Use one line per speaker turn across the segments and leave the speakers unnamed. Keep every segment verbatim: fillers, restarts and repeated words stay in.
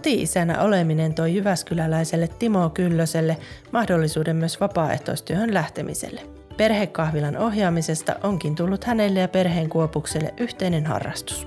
Koti-isänä oleminen toi jyväskyläläiselle Timo Kyllöselle mahdollisuuden myös vapaaehtoistyöhön lähtemiselle. Perhekahvilan ohjaamisesta onkin tullut hänelle ja perheen Kuopukselle yhteinen harrastus.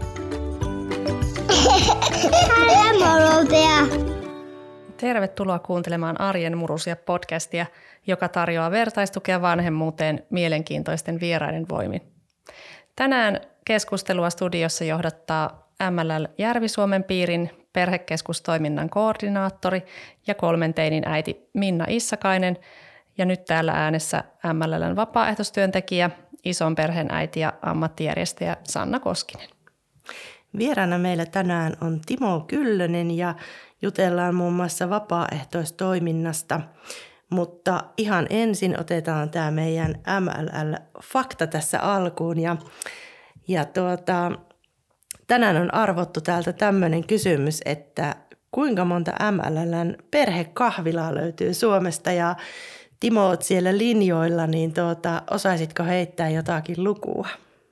Tervetuloa kuuntelemaan Arjen murusia podcastia, joka tarjoaa vertaistukea vanhemmuuteen mielenkiintoisten vieraiden voimin. Tänään keskustelua studiossa johdattaa M L L Järvi-Suomen piirin perhekeskustoiminnan koordinaattori ja kolmen teinin äiti Minna Issakainen ja nyt täällä äänessä M L L:n vapaaehtoistyöntekijä, ison perheen äiti ja ammattijärjestäjä Sanna Koskinen.
Vieraana meillä tänään on Timo Kyllönen ja jutellaan muun muassa vapaaehtoistoiminnasta, mutta ihan ensin otetaan tämä meidän M L L-fakta tässä alkuun ja, ja tuota, tänään on arvottu täältä tämmöinen kysymys, että kuinka monta M L L:n perhekahvilaa löytyy Suomesta ja Timo, oot siellä linjoilla, niin tuota, osaisitko heittää jotakin lukua?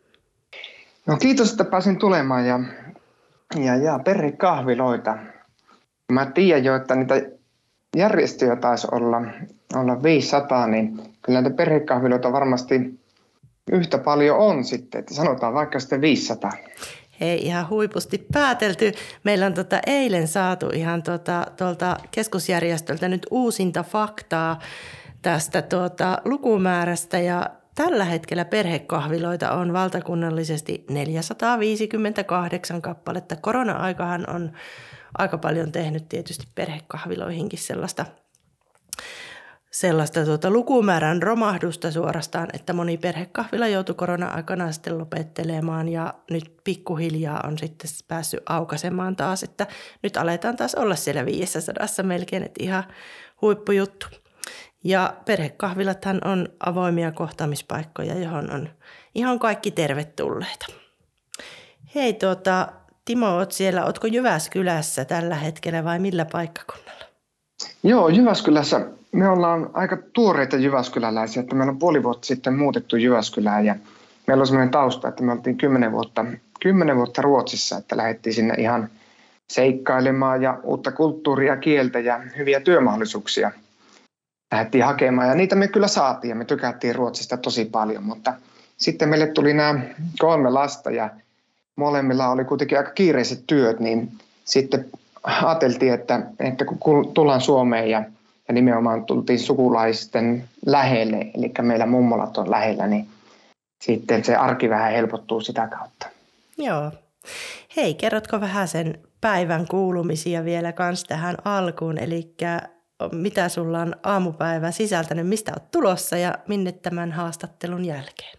No kiitos, että pääsin tulemaan ja, ja, ja perhekahviloita. Mä tiedän jo, että niitä järjestöjä taisi olla, olla viisisataa, niin kyllä näitä perhekahviloita varmasti yhtä paljon on sitten, että sanotaan vaikka sitten viisisataa.
Hei, ihan huipusti päätelty. Meillä on tota eilen saatu ihan tuota, tuolta keskusjärjestöltä nyt uusinta faktaa tästä tuota lukumäärästä ja tällä hetkellä perhekahviloita on valtakunnallisesti neljäsataaviisikymmentäkahdeksan kappaletta. Korona-aikahan on aika paljon tehnyt tietysti perhekahviloihinkin sellaista, sellaista tuota lukumäärän romahdusta suorastaan, että moni perhekahvila joutui korona-aikana sitten lopettelemaan ja nyt pikkuhiljaa on sitten päässyt aukaisemaan taas, että nyt aletaan taas olla siellä viisisataa melkein, että ihan huippujuttu. Ja perhekahvilathan on avoimia kohtaamispaikkoja, johon on ihan kaikki tervetulleita. Hei tuota, Timo, oot siellä, ootko Jyväskylässä tällä hetkellä vai millä paikkakunnalla?
Joo, Jyväskylässä me ollaan aika tuoreita jyväskyläläisiä, että meillä on puoli vuotta sitten muutettu Jyväskylään ja meillä on sellainen tausta, että me oltiin kymmenen vuotta, kymmenen vuotta Ruotsissa, että lähdettiin sinne ihan seikkailemaan ja uutta kulttuuria, kieltä ja hyviä työmahdollisuuksia lähdettiin hakemaan ja niitä me kyllä saatiin ja me tykättiin Ruotsista tosi paljon, mutta sitten meille tuli nämä kolme lasta ja molemmilla oli kuitenkin aika kiireiset työt, niin sitten ajateltiin, että, että kun tullaan Suomeen ja, ja nimenomaan tultiin sukulaisten lähelle, eli meillä mummolat on lähellä, niin sitten se arki vähän helpottuu sitä kautta.
Joo. Hei, kerrotko vähän sen päivän kuulumisia vielä kans tähän alkuun, eli mitä sulla on aamupäivä sisältänyt, mistä olet tulossa ja minne tämän haastattelun jälkeen?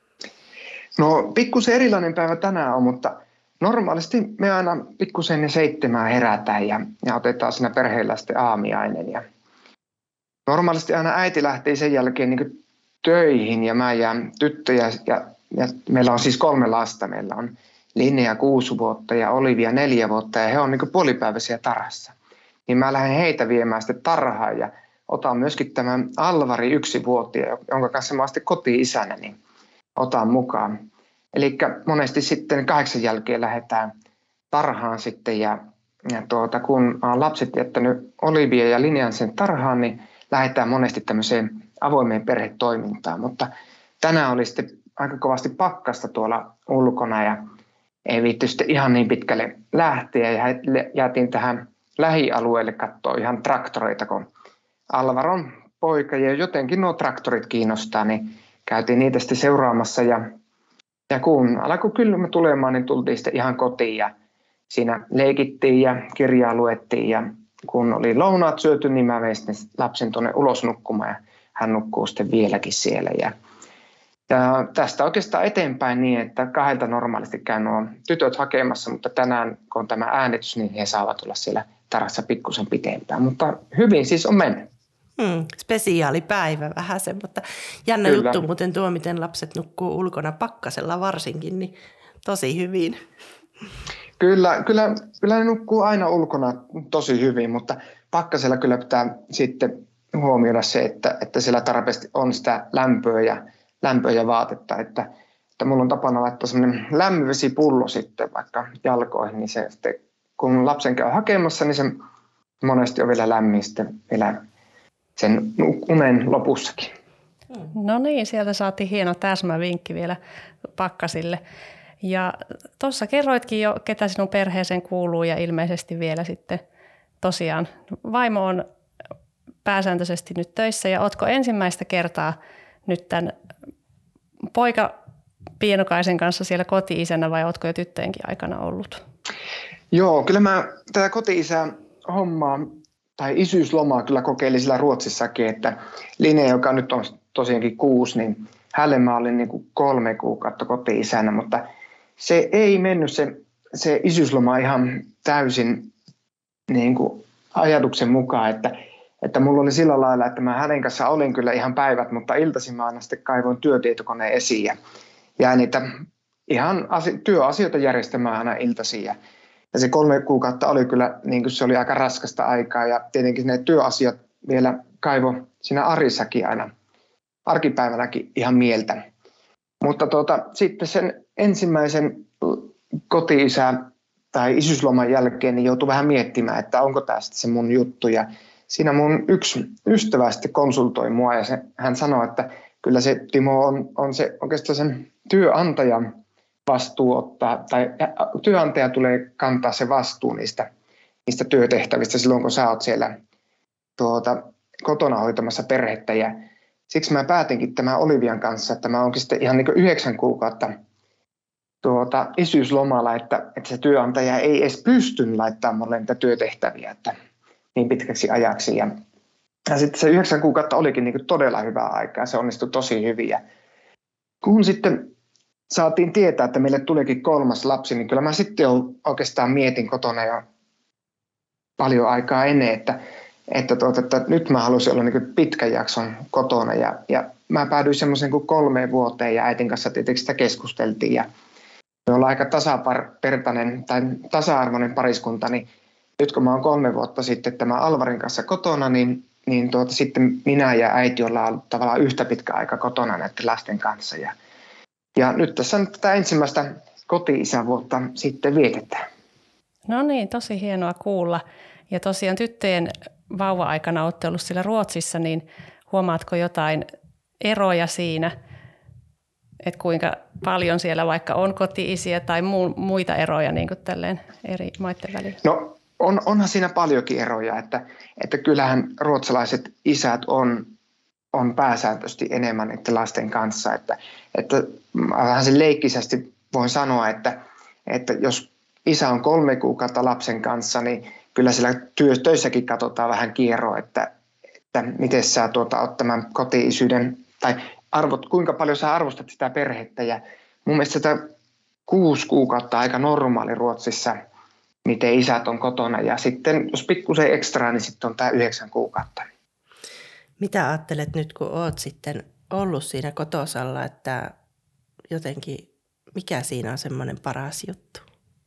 No pikkusen erilainen päivä tänään on, mutta normaalisti me aina pikkusen ne seitsemään herätään ja, ja otetaan siinä perheellä sitten aamiainen. Ja normaalisti aina äiti lähtee sen jälkeen niin töihin ja mä jään tyttöjä ja, ja meillä on siis kolme lasta. Meillä on Linnea kuusi vuotta ja Olivia neljä vuotta ja he on niin puolipäiväisiä tarhassa. Niin mä lähden heitä viemään sitten tarhaan ja otan myöskin tämän Alvari yksivuotia, jonka kanssa mä oon sitten koti-isänä, niin otan mukaan. Eli monesti sitten kahdeksan jälkeen lähdetään tarhaan sitten ja, ja tuota, kun olen lapset jättänyt Olivia ja Linjan sen tarhaan, niin lähdetään monesti tämmöiseen avoimeen perhetoimintaan. Mutta tänään oli sitten aika kovasti pakkasta tuolla ulkona ja ei viitty sitten ihan niin pitkälle lähteä ja jäätiin tähän lähialueelle katsoa ihan traktoreita, kun Alvaron poika ja jotenkin nuo traktorit kiinnostaa, niin käytiin niitä sitten seuraamassa ja, ja kun alkoi kylmä tulemaan, niin tultiin sitten ihan kotiin ja siinä leikittiin ja kirjaa luettiin ja kun oli lounaat syöty, niin mä vein lapsen tuonne ulos nukkumaan ja hän nukkuu sitten vieläkin siellä. Ja, ja tästä oikeastaan eteenpäin niin, että kahdelta normaalisti käy nuo tytöt hakemassa, mutta tänään kun on tämä äänitys, niin he saavat olla siellä tarhassa pikkusen pitempään, mutta hyvin siis on mennyt.
Hmm, spesiaalipäivä vähän se, mutta jännä Kyllä. juttu muuten tuo, miten lapset nukkuu ulkona pakkasella varsinkin, niin tosi hyvin.
Kyllä, kyllä, kyllä ne nukkuu aina ulkona tosi hyvin, mutta pakkasella kyllä pitää sitten huomioida se, että, että siellä tarpeeksi on sitä lämpöä ja, lämpöä ja vaatetta, että, että mulla on tapana laittaa semmoinen lämmövesipullo sitten vaikka jalkoihin, niin se sitten kun lapsen käy hakemassa, niin se monesti on vielä lämmin sitten vielä sen unen lopussakin.
No niin, sieltä saatiin hieno täsmävinkki vielä pakkasille. Ja tuossa kerroitkin jo, ketä sinun perheeseen kuuluu ja ilmeisesti vielä sitten tosiaan vaimo on pääsääntöisesti nyt töissä. Ja ootko ensimmäistä kertaa nyt tämän poika pienokaisen kanssa siellä koti-isänä vai ootko jo tyttöjenkin aikana ollut?
Joo, kyllä mä tätä koti-isän hommaa tai isyyslomaa kyllä kokeilin sillä Ruotsissakin, että Line, joka nyt on tosiaankin kuusi, niin hänelle mä olin niin kuin kolme kuukautta koti-isänä, mutta se ei mennyt se, se isyysloma ihan täysin niin kuin ajatuksen mukaan, että, että mulla oli sillä lailla, että mä hänen kanssa olin kyllä ihan päivät, mutta iltaisin mä aina sitten kaivoin työtietokoneen esiin ja jäin niitä ihan asi- työasioita järjestämään aina iltaisin. Ja, ja se kolme kuukautta oli kyllä, niin kuin se oli aika raskasta aikaa ja tietenkin ne työasiat vielä kaivo siinä arissakin aina, arkipäivänäkin ihan mieltä. Mutta tuota, sitten sen ensimmäisen koti-isä tai isyysloman jälkeen niin joutui vähän miettimään, että onko tämä sitten se mun juttu. Ja siinä mun yksi ystävä sitten konsultoi mua ja se, hän sanoi, että kyllä se Timo on, on se oikeastaan sen työnantajan vastuu ottaa, tai työnantaja tulee kantaa se vastuu niistä, niistä työtehtävistä silloin, kun sä oot siellä tuota, kotona hoitamassa perhettä. Ja siksi mä päätinkin tämän Olivian kanssa, että mä onkin sitten ihan niin kuin yhdeksän kuukautta tuota, isyyslomalla, että, että se työnantaja ei edes pysty laittamaan mulle niitä työtehtäviä että niin pitkäksi ajaksi. Ja, ja sitten se yhdeksän kuukautta olikin niin kuin todella hyvää aikaa, se onnistui tosi hyvin. Ja kun sitten saatiin tietää, että meille tulikin kolmas lapsi, niin kyllä mä sitten jo oikeastaan mietin kotona jo paljon aikaa ennen, että, että, tuota, että nyt mä halusin olla niin pitkän jakson kotona. Ja, ja mä päädyin semmoisen kuin kolmeen vuoteen ja äitin kanssa tietenkin sitä keskusteltiin. Ja me ollaan aika tasavertainen tai tasa-arvoinen pariskunta, niin nyt kun mä oon kolme vuotta sitten tämän Alvarin kanssa kotona, niin, niin tuota, sitten minä ja äiti ollaan ollut tavallaan yhtä pitkä aika kotona näiden lasten kanssa. Ja, ja nyt tässä nyt tätä ensimmäistä koti-isävuotta sitten vietetään.
No niin, tosi hienoa kuulla. Ja tosiaan tyttöjen vauva-aikana olette ollut siellä Ruotsissa, niin huomaatko jotain eroja siinä, että kuinka paljon siellä vaikka on koti-isiä tai muita eroja niin kuin tälleen eri maiden välillä?
No on, onhan siinä paljonkin eroja, että, että kyllähän ruotsalaiset isät on, on pääsääntöisesti enemmän niiden lasten kanssa. Että, että vähän sen leikkisesti voin sanoa, että, että jos isä on kolme kuukautta lapsen kanssa, niin kyllä siellä työ, töissäkin katsotaan vähän kierroa, että, että miten sä tuota, oot tämän koti-isyyden tai arvot, kuinka paljon sä arvostat sitä perhettä. Ja mun mielestä sitä kuusi kuukautta aika normaali Ruotsissa, miten isät on kotona. Ja sitten jos pikkusen ekstraa, niin sitten on tämä yhdeksän kuukautta.
Mitä ajattelet nyt, kun oot sitten ollut siinä kotosalla, että jotenkin mikä siinä on semmoinen paras juttu?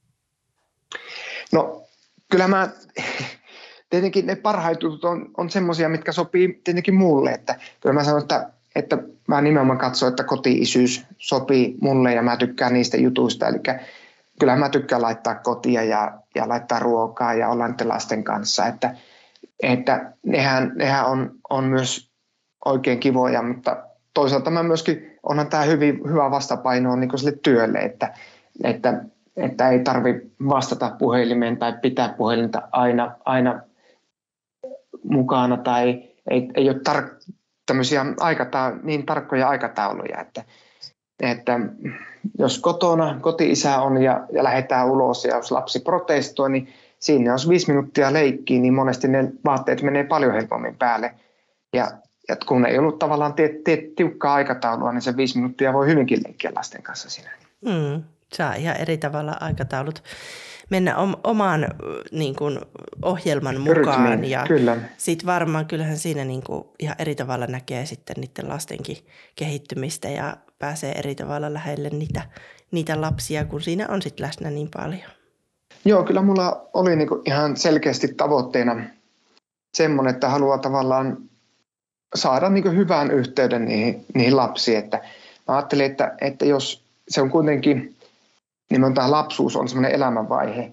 No kyllä mä, tietenkin ne parhaat jutut on, on semmoisia, mitkä sopii tietenkin mulle. Että kyllä mä sanon, että, että mä nimenomaan katson, että koti-isyys sopii mulle ja mä tykkään niistä jutuista. Eli kyllä mä tykkään laittaa kotia ja, ja laittaa ruokaa ja olla niiden lasten kanssa. Että, että nehän, nehän on, on myös oikein kivoja, mutta toisaalta mä myöskin onhan tämä hyvin, hyvä vastapaino niin kuin sille työlle, että, että, että ei tarvitse vastata puhelimeen tai pitää puhelinta aina, aina mukana tai ei, ei ole tar- tämmöisiä aikata- niin tarkkoja aikatauluja, että, että jos kotona koti-isä on ja, ja lähdetään ulos ja jos lapsi protestoi, niin siinä jos viisi minuuttia leikkiä, niin monesti ne vaatteet menee paljon helpommin päälle. Ja, ja kun ei ollut tavallaan tie, tie, tiukkaa aikataulua, niin se viisi minuuttia voi hyvinkin leikkiä lasten kanssa siinä.
Mm, saa ihan eri tavalla aikataulut mennä om, oman niin kuin, ohjelman mukaan.
Rytmiin,
ja
kyllä.
sitten varmaan kyllähän siinä niin kuin, ihan eri tavalla näkee sitten niiden lastenkin kehittymistä ja pääsee eri tavalla lähelle niitä, niitä lapsia, kun siinä on sitten läsnä niin paljon.
Joo, kyllä mulla oli niinku ihan selkeästi tavoitteena semmoinen, että haluaa tavallaan saada niinku hyvän yhteyden niihin, niihin lapsiin. Että mä ajattelin, että, että jos se on kuitenkin, nimenomaan lapsuus on semmoinen elämänvaihe,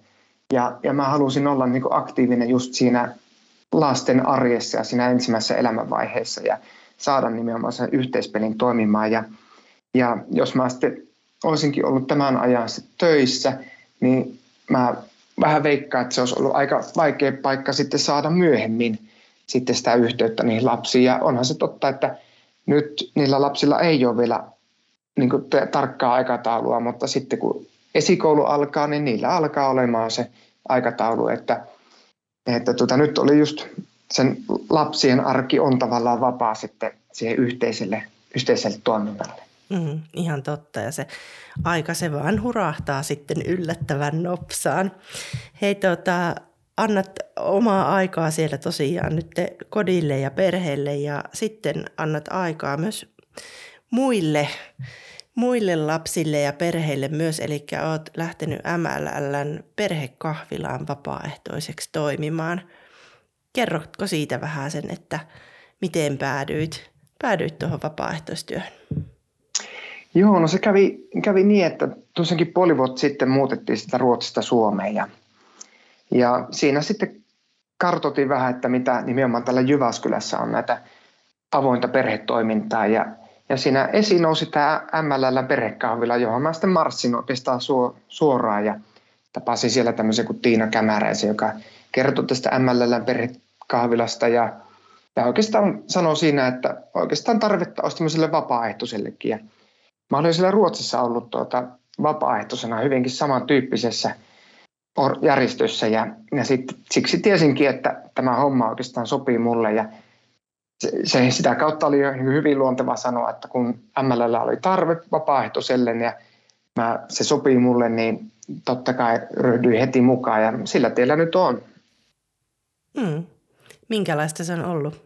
Ja, ja mä halusin olla niin kuin aktiivinen just siinä lasten arjessa ja siinä ensimmäisessä elämänvaiheessa ja saada nimenomaan sen yhteispelin toimimaan. Ja, ja jos mä sitten olisinkin ollut tämän ajan töissä, niin mä vähän veikkaan, että se olisi ollut aika vaikea paikka sitten saada myöhemmin sitten sitä yhteyttä niihin lapsiin. Ja onhan se totta, että nyt niillä lapsilla ei ole vielä niin kuin tarkkaa aikataulua, mutta sitten kun esikoulu alkaa, niin niillä alkaa olemaan se aikataulu, että, että tuota, nyt oli just sen lapsien arki on tavallaan vapaa sitten siihen yhteiselle, yhteiselle toiminnalle.
Mm, ihan totta, ja se aika se vaan hurahtaa sitten yllättävän nopsaan. Hei, tota, annat omaa aikaa siellä tosiaan nyt kodille ja perheelle ja sitten annat aikaa myös muille, muille lapsille ja perheille myös. Eli olet lähtenyt M L L:n perhekahvilaan vapaaehtoiseksi toimimaan. Kerrotko siitä vähän sen, että miten päädyit, päädyit tuohon vapaaehtoistyöhön?
Joo, no se kävi, kävi niin, että tosiaankin puoli vuotta sitten muutettiin sitä Ruotsista Suomeen ja, ja siinä sitten kartoitin vähän, että mitä nimenomaan täällä Jyväskylässä on näitä avointa perhetoimintaa ja, ja siinä esiin nousi tämä M L L:n perhekahvila, johon mä sitten marssin oikeastaan suoraan ja tapasin siellä tämmöisen kuin Tiina Kämäräisen, joka kertoi tästä M L L:n perhekahvilasta ja, ja oikeastaan sanoi siinä, että oikeastaan tarvetta olisi tämmöiselle vapaaehtoisellekin. Ja mä olin siellä Ruotsissa ollut tuota vapaaehtoisena hyvinkin samantyyppisessä järjestössä ja, ja sit, siksi tiesinkin, että tämä homma oikeastaan sopii mulle ja se, se, sitä kautta oli jo hyvin luonteva sanoa, että kun M L L oli tarve vapaaehtoiselle ja mä, se sopii mulle, niin totta kai ryhdyin heti mukaan ja sillä tiellä nyt on.
Mm. Minkälaista se on ollut?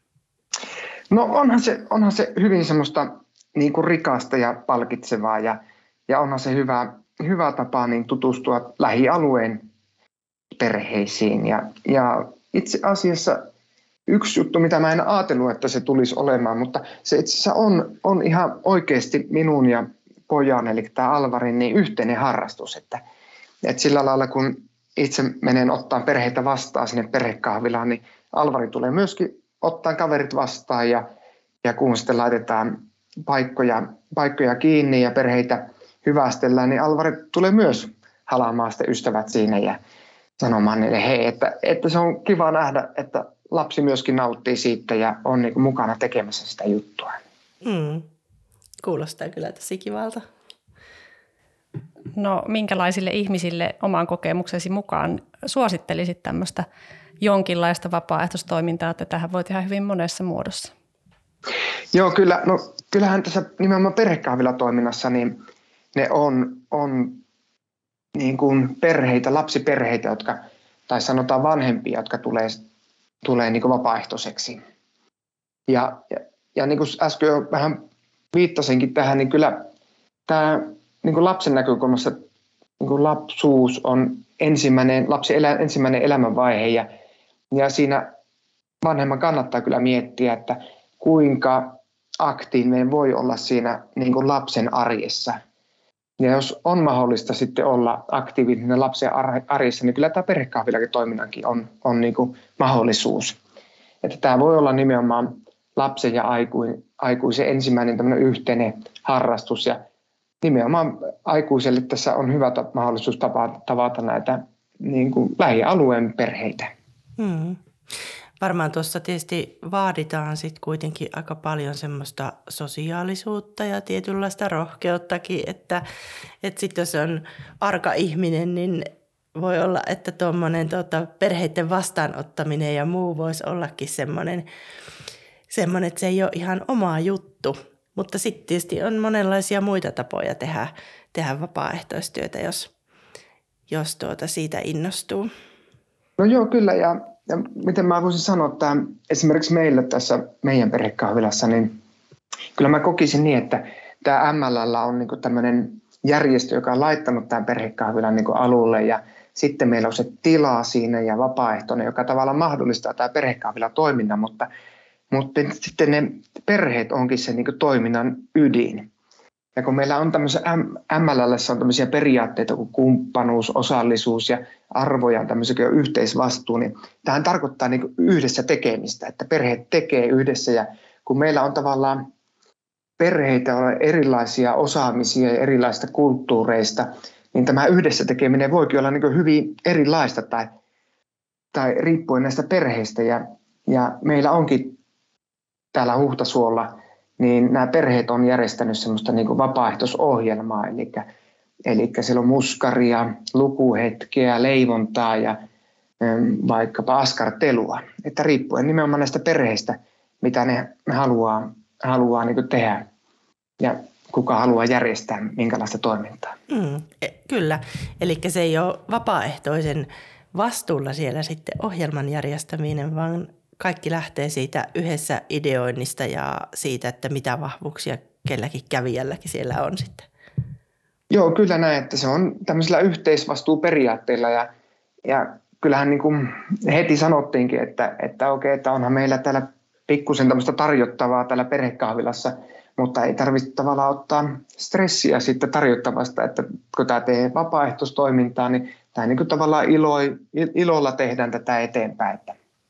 No onhan se, onhan se hyvin semmoista niin kuin rikasta ja palkitsevaa ja, ja onhan se hyvä, hyvä tapa niin tutustua lähialueen perheisiin. Ja, ja itse asiassa yksi juttu, mitä mä en ajatellut, että se tulisi olemaan, mutta se itse asiassa on, on ihan oikeasti minun ja pojan, eli tämä Alvarin, niin yhteinen harrastus. Että, että sillä lailla, kun itse menen ottaa perheitä vastaan sinne perhekahvilaan, niin Alvari tulee myöskin ottaa kaverit vastaan ja, ja kun sitten laitetaan paikkoja, paikkoja kiinni ja perheitä hyvästellään, niin Alvari tulee myös halaamaan sitten ystävät siinä ja sanomaan niille, hei, että, että se on kiva nähdä, että lapsi myöskin nauttii siitä ja on niin kuin mukana tekemässä sitä juttua.
Mm. Kuulostaa kyllä tosi kivalta.
No minkälaisille ihmisille oman kokemuksesi mukaan suosittelisit tämmöistä jonkinlaista vapaaehtoistoimintaa, että tähän voi tehdä hyvin monessa muodossa?
Joo, kyllä. No, kyllähän tässä nimenomaan perhekahvilatoiminnassa niin ne on, on niin kuin perheitä, lapsiperheitä, jotka, tai sanotaan vanhempia, jotka tulee, tulee niin kuin vapaaehtoiseksi. Ja, ja, ja niin kuin äsken jo vähän viittasinkin tähän, niin kyllä tämä niin kuin lapsen näkökulmassa niin kuin lapsuus on ensimmäinen, lapsen elä, ensimmäinen elämänvaihe ja, ja siinä vanhemman kannattaa kyllä miettiä, että kuinka aktiivinen voi olla siinä niin kuin lapsen arjessa. Ja jos on mahdollista sitten olla aktiivinen lapsen arjessa, niin kyllä tämä perhekahvilakin toiminnankin on, on niin kuin mahdollisuus. Että tämä voi olla nimenomaan lapsen ja aikuisen ensimmäinen tämmöinen yhteinen harrastus. Ja nimenomaan aikuiselle tässä on hyvä mahdollisuus tavata, tavata näitä niin kuin lähialueen perheitä.
Hmm. Varmaan tuossa tietysti vaaditaan sitten kuitenkin aika paljon semmoista sosiaalisuutta ja tietynlaista rohkeuttakin, että, että sitten jos on arka ihminen, niin voi olla, että tuommoinen tota, perheiden vastaanottaminen ja muu voisi ollakin semmoinen, semmoinen, että se ei ole ihan oma juttu. Mutta sitten tietysti on monenlaisia muita tapoja tehdä, tehdä vapaaehtoistyötä, jos, jos tuota siitä innostuu.
No joo, kyllä. Ja, ja miten mä voisin sanoa, että esimerkiksi meillä tässä meidän perhekahvilassa, niin kyllä mä kokisin niin, että tämä M L L on niinku tämmöinen järjestö, joka on laittanut tämän perhekahvilan niinku alulle ja sitten meillä on se tila siinä ja vapaaehtoinen, joka tavallaan mahdollistaa tämä perhekahvila toiminnan, mutta, mutta sitten ne perheet onkin se niinku toiminnan ydin. Ja kun meillä on tämmöisessä M L L:ssä on tämmöisiä periaatteita kuin kumppanuus, osallisuus ja arvoja, tämmöisiä yhteisvastuu, niin tämähän tarkoittaa niin kuin yhdessä tekemistä, että perheet tekee yhdessä. Ja kun meillä on tavallaan perheitä, on erilaisia osaamisia ja erilaisista kulttuureista, niin tämä yhdessä tekeminen voikin olla niin kuin hyvin erilaista tai, tai riippuen näistä perheistä. Ja, ja meillä onkin täällä Huhtasuolla, niin nämä perheet on järjestänyt semmoista niin kuin vapaaehtoisohjelmaa, eli, eli siellä on muskaria, lukuhetkeä, leivontaa ja vaikkapa askartelua, että riippuen nimenomaan näistä perheistä, mitä ne haluaa, haluaa niin kuin tehdä ja kuka haluaa järjestää minkälaista toimintaa.
Mm, kyllä, eli se ei ole vapaaehtoisen vastuulla siellä sitten ohjelman järjestäminen, vaan kaikki lähtee siitä yhdessä ideoinnista ja siitä, että mitä vahvuuksia kelläkin kävijälläkin siellä on sitten.
Joo, kyllä näin, että se on tämmöisellä yhteisvastuuperiaatteella ja, ja kyllähän niin kuin heti sanottiinkin, että, että okei, että onhan meillä täällä pikkusen tämmöistä tarjottavaa täällä perhekahvilassa, mutta ei tarvitse tavallaan ottaa stressiä sitten tarjottavasta, että kun tämä tee vapaaehtoistoimintaa, niin tämä niin kuin tavallaan ilo, ilolla tehdään tätä eteenpäin.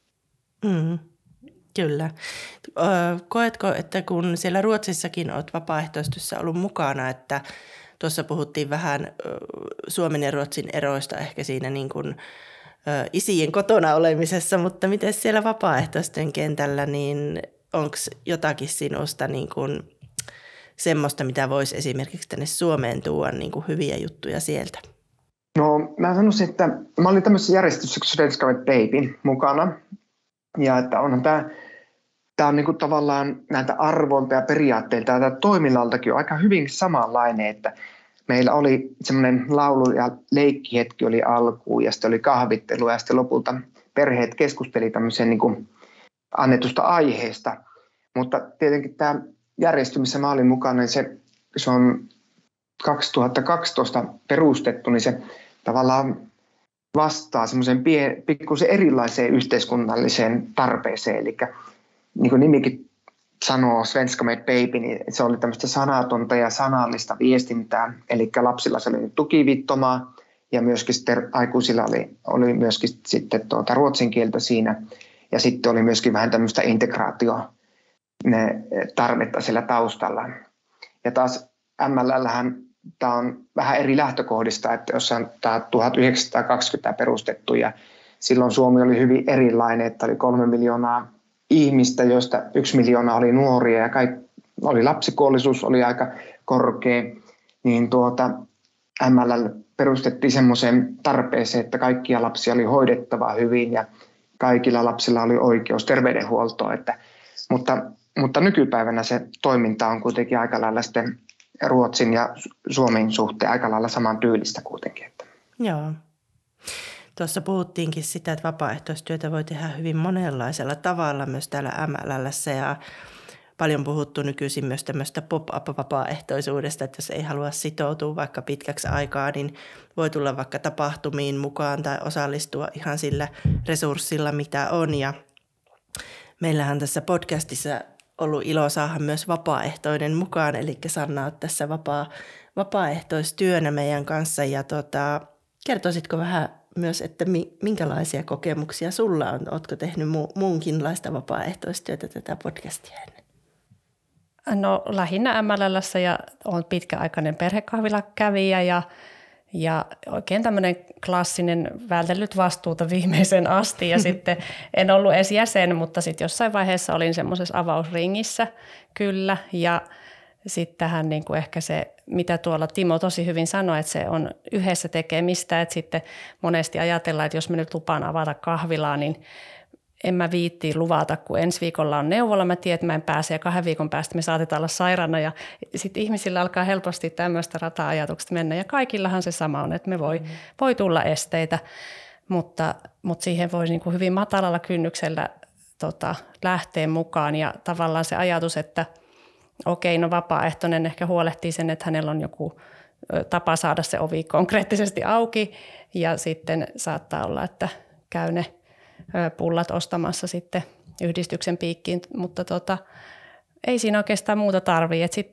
Mm, kyllä. Koetko, että kun siellä Ruotsissakin olet vapaaehtoistyössä ollut mukana, että tuossa puhuttiin vähän Suomen ja Ruotsin eroista ehkä siinä niin kuin isien kotona olemisessa, mutta miten siellä vapaaehtoisten kentällä, niin onko jotakin sinusta niin kuin semmoista, mitä voisi esimerkiksi tänne Suomeen tuoda niin kuin hyviä juttuja sieltä?
No mä sanoisin, että mä olin tämmöisessä järjestössä kuin Svenska med Baby mukana. Ja että onhan tämä, tämä on niin kuin tavallaan näitä arvoilta ja periaatteilta ja toiminnaltakin on aika hyvin samanlainen, että meillä oli semmoinen laulu- ja leikkihetki oli alkuun ja sitten oli kahvittelu ja sitten lopulta perheet keskusteli tämmöisen niin kuin annetusta aiheesta. Mutta tietenkin tämä järjestö, missä mä olin mukana, niin se, se on kaksituhattakaksitoista perustettu, niin se tavallaan vastaa semmoiseen pikkuisen erilaiseen yhteiskunnalliseen tarpeeseen. Eli niin kuin nimikin sanoo Svenska med Baby, niin se oli tämmöistä sanatonta ja sanallista viestintää. Eli lapsilla se oli tukiviittomaa ja myöskin sitten aikuisilla oli, oli myöskin sitten tuota ruotsin kieltä siinä. Ja sitten oli myöskin vähän tämmöistä integraatio tarvetta siellä taustalla. Ja taas M L L:hän tämä on vähän eri lähtökohdista, että jos on tämä tuhatyhdeksänsataakaksikymmentä perustettu ja silloin Suomi oli hyvin erilainen, että oli kolme miljoonaa ihmistä, joista yksi miljoona oli nuoria ja kaikki, oli lapsikuollisuus oli aika korkea, niin tuota M L L perustettiin semmoiseen tarpeeseen, että kaikkia lapsia oli hoidettava hyvin ja kaikilla lapsilla oli oikeus terveydenhuoltoon, että, mutta, mutta nykypäivänä se toiminta on kuitenkin aika lailla sitten Ruotsin ja Suomen suhteen aika lailla saman tyylistä kuitenkin.
Joo. Tuossa puhuttiinkin sitä, että vapaaehtoistyötä voi tehdä hyvin monenlaisella tavalla myös täällä M L L:ssä ja paljon puhuttu nykyisin myös tämmöistä pop-up-vapaaehtoisuudesta, että jos ei halua sitoutua vaikka pitkäksi aikaa, niin voi tulla vaikka tapahtumiin mukaan tai osallistua ihan sillä resurssilla, mitä on. Ja meillähän tässä podcastissa ollut ilo saada myös vapaaehtoinen mukaan, eli Sanna on tässä vapaa, vapaaehtoistyönä meidän kanssa. Ja tota, kertoisitko vähän myös, että minkälaisia kokemuksia sulla on? Oletko tehnyt mu- muunkinlaista vapaaehtoistyötä tätä podcastia ennen?
No lähinnä M L L:ssä ja olen pitkäaikainen perhekahvilakävijä ja, ja oikein tämmöinen klassinen vältellyt vastuuta viimeisen asti ja sitten en ollut edes jäsen, mutta sitten jossain vaiheessa olin semmoisessa avausringissä kyllä ja sitten tähän niin kuin ehkä se, mitä tuolla Timo tosi hyvin sanoi, että se on yhdessä tekemistä, että sitten monesti ajatellaan, että jos mä nyt lupaan avata kahvilaa, niin en mä viitti luvata, kun ensi viikolla on neuvola, mä tiedän, että mä en pääse ja kahden viikon päästä me saatetaan olla sairaana ja sitten ihmisillä alkaa helposti tämmöistä rata-ajatukset mennä ja kaikillahan se sama on, että me voi, mm. voi tulla esteitä, mutta, mutta siihen voi niin kuin hyvin matalalla kynnyksellä tota, lähteä mukaan ja tavallaan se ajatus, että okei, no vapaaehtoinen ehkä huolehtii sen, että hänellä on joku tapa saada se ovi konkreettisesti auki ja sitten saattaa olla, että käy ne pullat ostamassa sitten yhdistyksen piikkiin, mutta tota, ei siinä oikeastaan muuta tarvitse. Et sitten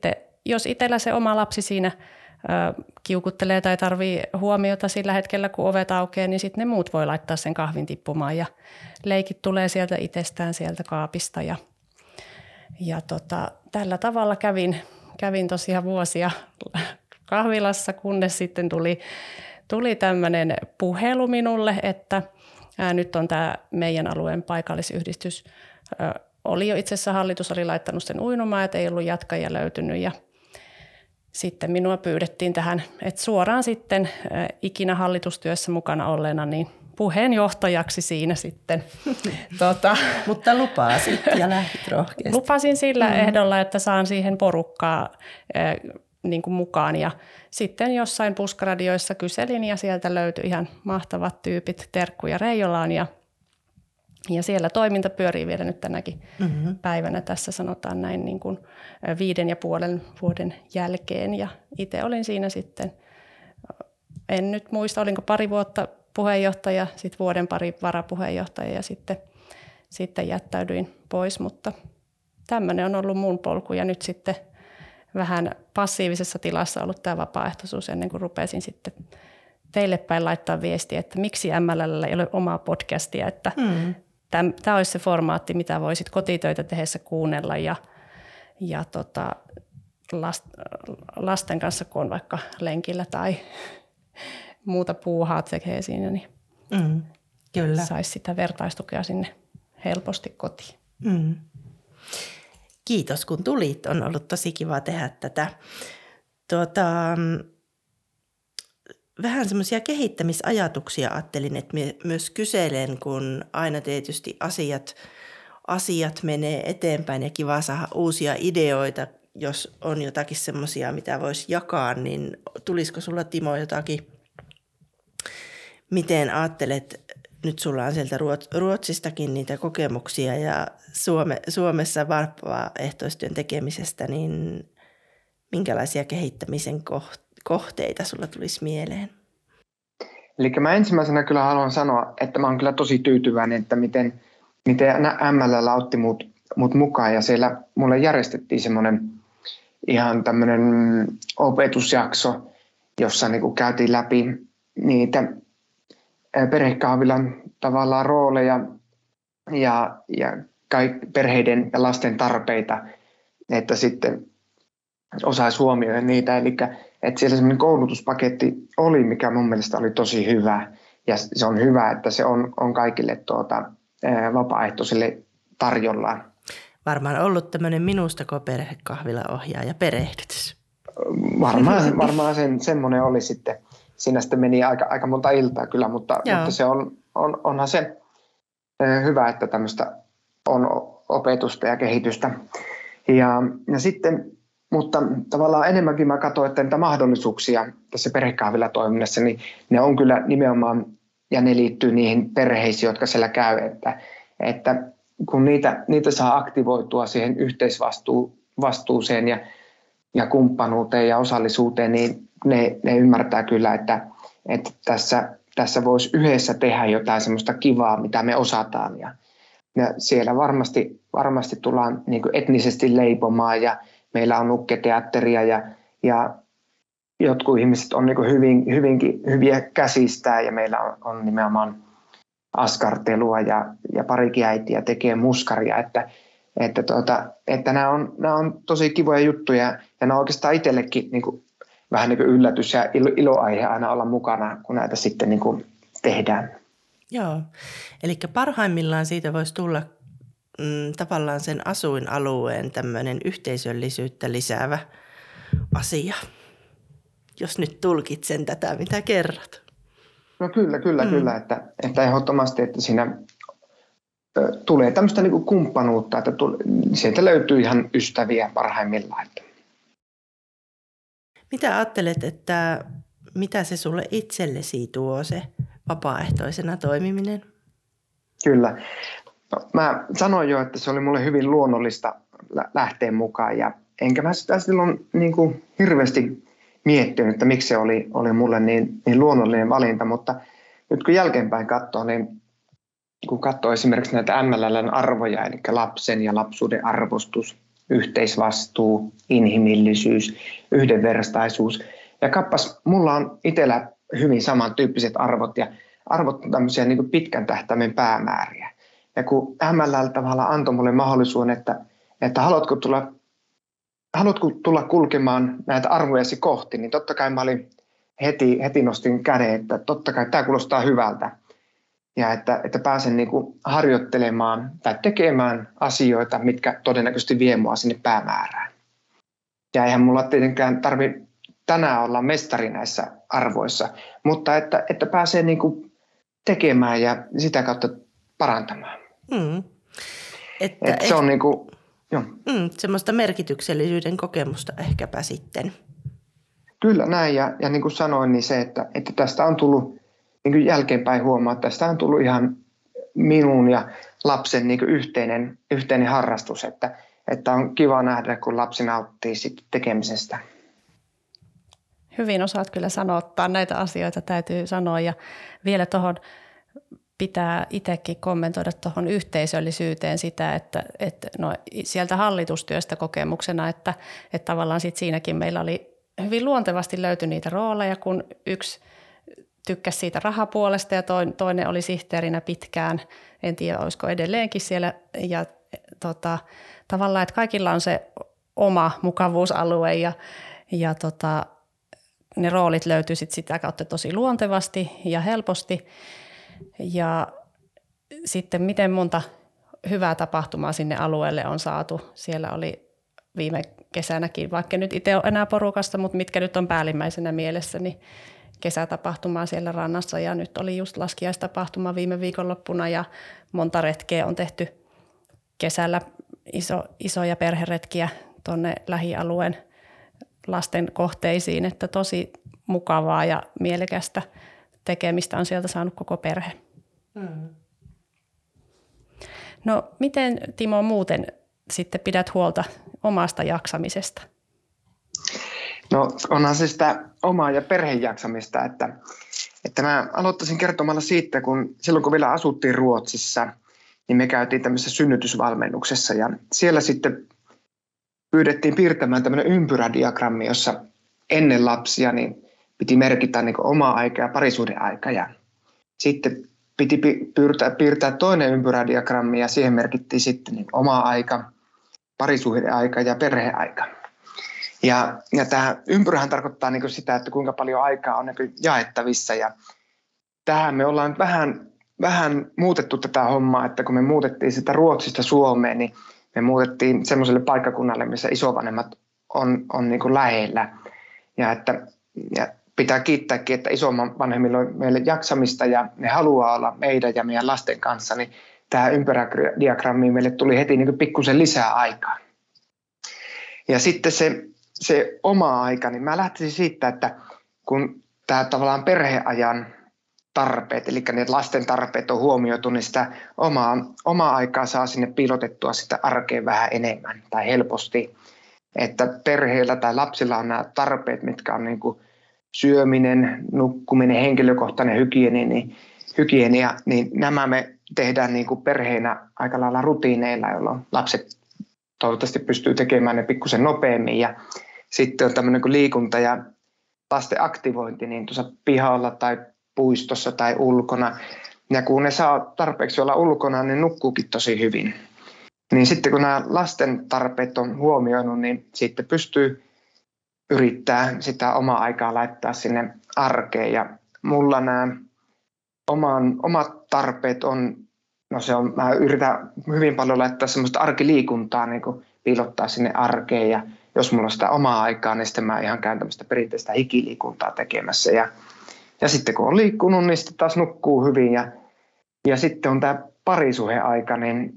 jos itsellä se oma lapsi siinä ö, kiukuttelee tai tarvii huomiota sillä hetkellä, kun ovet aukeaa, niin sitten ne muut voi laittaa sen kahvin tippumaan ja leikit tulee sieltä itsestään sieltä kaapista. Ja, ja tota, tällä tavalla kävin, kävin tosiaan vuosia kahvilassa, kunnes sitten tuli, tuli tämmöinen puhelu minulle, että ää, nyt on tämä meidän alueen paikallisyhdistys. Ä, oli jo itse asiassa hallitus oli laittanut sen uinumaan, että ei ollut jatkajia löytynyt ja sitten minua pyydettiin tähän, että suoraan sitten ä, ikinä hallitustyössä mukana olleena niin puheenjohtajaksi siinä sitten. tota,
Mutta lupasit ja lähdit rohkeasti.
Lupasin sillä mm-hmm. ehdolla, että saan siihen porukkaa ä, niin kuin mukaan ja sitten jossain puskaradioissa kyselin ja sieltä löytyi ihan mahtavat tyypit Terkku ja Reijolaan ja, ja siellä toiminta pyörii vielä nyt tänäkin mm-hmm. päivänä tässä sanotaan näin niin kuin viiden ja puolen vuoden jälkeen ja itse olin siinä sitten, en nyt muista olinko pari vuotta puheenjohtaja, sitten vuoden pari varapuheenjohtaja ja sitten, sitten jättäydyin pois, mutta tämmöinen on ollut mun polku ja nyt sitten vähän passiivisessa tilassa ollut tämä vapaaehtoisuus ennen kuin rupesin sitten teille päin laittaa viestiä, että miksi M L L ei ole omaa podcastia, että hmm. tämä olisi se formaatti, mitä voisit kotitöitä tehdessä kuunnella ja, ja tota, last, lasten kanssa, kun on vaikka lenkillä tai muuta puuhaa tekee siinä, niin
hmm. Kyllä.
saisi sitä vertaistukea sinne helposti kotiin.
Hmm. Kiitos kun tulit, on ollut tosi kiva tehdä tätä. Tuota, vähän semmoisia kehittämisajatuksia ajattelin, että myös kyselen, kun aina tietysti asiat, asiat menee eteenpäin ja kiva saada uusia ideoita. Jos on jotakin semmoisia, mitä voisi jakaa, niin tulisiko sulla Timo jotakin, miten ajattelet, nyt sulla on sieltä Ruotsistakin niitä kokemuksia ja Suome, Suomessa vapaaehtoistyön tekemisestä, niin minkälaisia kehittämisen kohteita sulla tulisi mieleen?
Eli mä ensimmäisenä kyllä haluan sanoa, että mä oon kyllä tosi tyytyväinen, että miten, miten M L L otti mut, mut mukaan ja siellä mulle järjestettiin semmoinen ihan tämmöinen opetusjakso, jossa niinku käytiin läpi niitä perhekahvilan tavallaan rooleja ja, ja kaikki perheiden ja lasten tarpeita, että sitten osaisi huomioida niitä. Eli että siellä semmoinen koulutuspaketti oli, mikä mun mielestä oli tosi hyvä. Ja se on hyvä, että se on, on kaikille tuota, vapaaehtoisille tarjolla.
Varmaan ollut tämmöinen Minustako perhekahvilaohjaaja perehdytys.
Varmaan, varmaan sen, semmoinen oli sitten. Siinä sitten meni aika, aika monta iltaa kyllä, mutta, mutta se on, on, onhan se hyvä, että tämmöistä on opetusta ja kehitystä. Ja, ja sitten, mutta tavallaan enemmänkin mä katsoin, että niitä mahdollisuuksia tässä perhekahvilatoiminnassa, niin ne on kyllä nimenomaan, ja ne liittyy niihin perheisiin, jotka siellä käy, että, että kun niitä, niitä saa aktivoitua siihen yhteisvastuuseen ja, ja kumppanuuteen ja osallisuuteen, niin ne, ne ymmärtää kyllä, että, että tässä, tässä voisi yhdessä tehdä jotain semmoista kivaa, mitä me osataan. Ja, ja siellä varmasti, varmasti tullaan niin kuin etnisesti leipomaan ja meillä on nukketeatteria ja, ja jotkut ihmiset on niin kuin hyvin, hyvinkin hyviä käsistään ja meillä on, on nimenomaan askartelua ja, ja parikin äitiä tekee muskaria, että, että, tuota, että nämä, on, nämä on tosi kivoja juttuja ja nämä on oikeastaan itsellekin niin kuin vähän niin kuin yllätys ja ilo, iloaihe aina olla mukana, kun näitä sitten niin kuin tehdään.
Joo, eli parhaimmillaan siitä voisi tulla mm, tavallaan sen asuinalueen tämmöinen yhteisöllisyyttä lisäävä asia, jos nyt tulkitsen tätä, mitä kerrot.
No kyllä, kyllä, mm. kyllä, että, että ehdottomasti, että siinä ö, tulee tämmöistä niin kuin kumppanuutta, että tule, sieltä löytyy ihan ystäviä parhaimmillaan. Että.
Mitä ajattelet, että mitä se sulle itsellesi tuo se vapaaehtoisena toimiminen?
Kyllä. No, mä sanoin jo, että se oli mulle hyvin luonnollista lähteä mukaan ja enkä mä sitä silloin niin kuin hirveästi miettinyt, että miksi se oli, oli mulle niin, niin luonnollinen valinta, mutta nyt kun jälkeenpäin katsoo, niin kun katsoo esimerkiksi näitä M L L:n arvoja, eli lapsen ja lapsuuden arvostus, yhteisvastuu, inhimillisyys, yhdenvertaisuus. Ja kappas, mulla on itsellä hyvin samantyyppiset arvot ja arvot on tämmöisiä niin kuin pitkän tähtäimen päämääriä. Ja kun M L L tavallaan antoi mulle mahdollisuuden, että, että haluatko, tulla, haluatko tulla kulkemaan näitä arvojasi kohti, niin totta kai mä olin heti, heti nostin käden, että totta kai tämä kuulostaa hyvältä. Ja että, että pääsen niin kuin harjoittelemaan tai tekemään asioita, mitkä todennäköisesti vie mua sinne päämäärään. Ja eihän mulla tietenkään tarvitse tänään olla mestari näissä arvoissa, mutta että, että pääsee niin kuin tekemään ja sitä kautta parantamaan.
Mm. Että
että se on niin kuin, joo.
Mm, semmoista merkityksellisyyden kokemusta ehkäpä sitten.
Kyllä näin ja, ja niin kuin sanoin, niin se, että, että tästä on tullut niin kuin jälkeenpäin huomaa, että tästä on tullut ihan minun ja lapsen niin kuin yhteinen, yhteinen harrastus, että, että on kiva nähdä, kun lapsi nauttii sit tekemisestä.
Hyvin osaat kyllä sanottaa, näitä asioita täytyy sanoa ja vielä tuohon pitää itsekin kommentoida tuohon yhteisöllisyyteen sitä, että, että no, sieltä hallitustyöstä kokemuksena, että, että tavallaan sit siinäkin meillä oli hyvin luontevasti löytyi niitä rooleja, kun yksi tykkäsi siitä rahapuolesta ja toinen oli sihteerinä pitkään, en tiedä olisiko edelleenkin siellä ja tota, tavallaan, että kaikilla on se oma mukavuusalue ja, ja tota, ne roolit löytyy sit sitä kautta tosi luontevasti ja helposti ja sitten miten monta hyvää tapahtumaa sinne alueelle on saatu. Siellä oli viime kesänäkin, vaikka nyt itse ole enää porukasta, mutta mitkä nyt on päällimmäisenä mielessä, niin kesätapahtumaa siellä rannassa ja nyt oli just laskiaistapahtuma viime viikonloppuna ja monta retkeä on tehty kesällä iso, isoja perheretkiä tuonne lähialueen lasten kohteisiin, että tosi mukavaa ja mielekästä tekemistä on sieltä saanut koko perhe. Mm. No miten Timo muuten sitten pidät huolta omasta jaksamisesta?
No onhan se sitä omaa ja perheen jaksamista, että, että mä aloittaisin kertomalla siitä, kun silloin kun vielä asuttiin Ruotsissa, niin me käytiin tämmöisessä synnytysvalmennuksessa ja siellä sitten pyydettiin piirtämään tämmöinen ympyrädiagrammi, jossa ennen lapsia niin piti merkitä niin kuin oma aika ja parisuhdeaika ja sitten piti piirtää, piirtää toinen ympyrädiagrammi ja siihen merkittiin sitten niin oma aika, parisuhdeaika ja perheaika. Ja, ja tämä ympyrähän tarkoittaa niin kuin sitä, että kuinka paljon aikaa on niin kuin jaettavissa ja tähän me ollaan nyt vähän, vähän muutettu tätä hommaa, että kun me muutettiin sitä Ruotsista Suomeen, niin me muutettiin semmoiselle paikkakunnalle, missä isovanhemmat on, on niin kuin lähellä ja että ja pitää kiittääkin, että isovanhemmilla on meille jaksamista ja ne haluaa olla meidän ja meidän lasten kanssa, niin tähän ympyrädiagrammiin meille tuli heti niin kuin pikkusen lisää aikaa. Ja sitten se, se oma aika, niin mä lähtisin siitä, että kun tämä tavallaan perheajan tarpeet, eli ne lasten tarpeet on huomioitu, niin sitä omaa, omaa aikaa saa sinne piilotettua sitä arkeen vähän enemmän tai helposti. Että perheillä tai lapsilla on nämä tarpeet, mitkä on niin kuin syöminen, nukkuminen, henkilökohtainen hygienia, niin, hygienia, niin nämä me tehdään niin kuin perheinä aika lailla rutiineilla, jolloin lapset toivottavasti pystyy tekemään ne pikkusen nopeammin. Ja sitten on tämmöinen kuin liikunta ja lasten aktivointi niin tuossa pihalla tai puistossa tai ulkona. Ja kun ne saa tarpeeksi olla ulkona, niin nukkuukin tosi hyvin. Niin sitten kun nämä lasten tarpeet on huomioinut, niin sitten pystyy yrittää sitä omaa aikaa laittaa sinne arkeen. Ja mulla nämä oman, omat tarpeet on, no se on, mä yritän hyvin paljon laittaa semmoista arkiliikuntaa, niin kuin piilottaa sinne arkeen. Ja jos mulla on sitä omaa aikaa, niin sitten mä ihan käyn tämmöistä perinteistä hikiliikuntaa tekemässä. Ja, ja sitten kun on liikkunut, niin sitten taas nukkuu hyvin. Ja, ja sitten on tämä parisuhdeaika, niin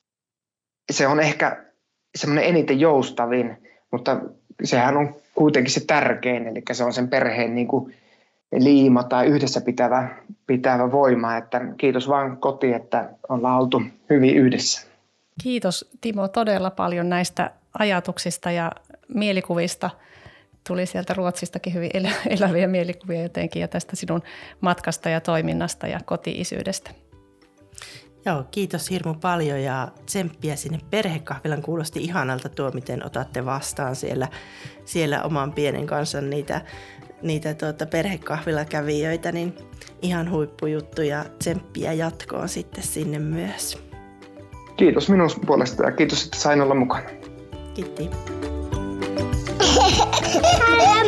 se on ehkä semmoinen eniten joustavin, mutta sehän on kuitenkin se tärkein, eli se on sen perheen niin kuin liima tai yhdessä pitävä, pitävä voima. Että kiitos vaan koti, että ollaan oltu hyvin yhdessä.
Kiitos Timo todella paljon näistä ajatuksista ja mielikuvista. Tuli sieltä Ruotsistakin hyvin eläviä mielikuvia jotenkin ja tästä sinun matkasta ja toiminnasta ja koti-isyydestä.
Joo, kiitos hirmu paljon ja tsemppiä sinne perhekahvilan. Kuulosti ihanalta tuo, miten otatte vastaan siellä, siellä oman pienen kanssa niitä, niitä tuota perhekahvilakävijöitä, niin ihan huippujuttu ja tsemppiä jatkoon sitten sinne myös.
Kiitos minun puolesta ja kiitos, että sain olla mukana.
Kiitti.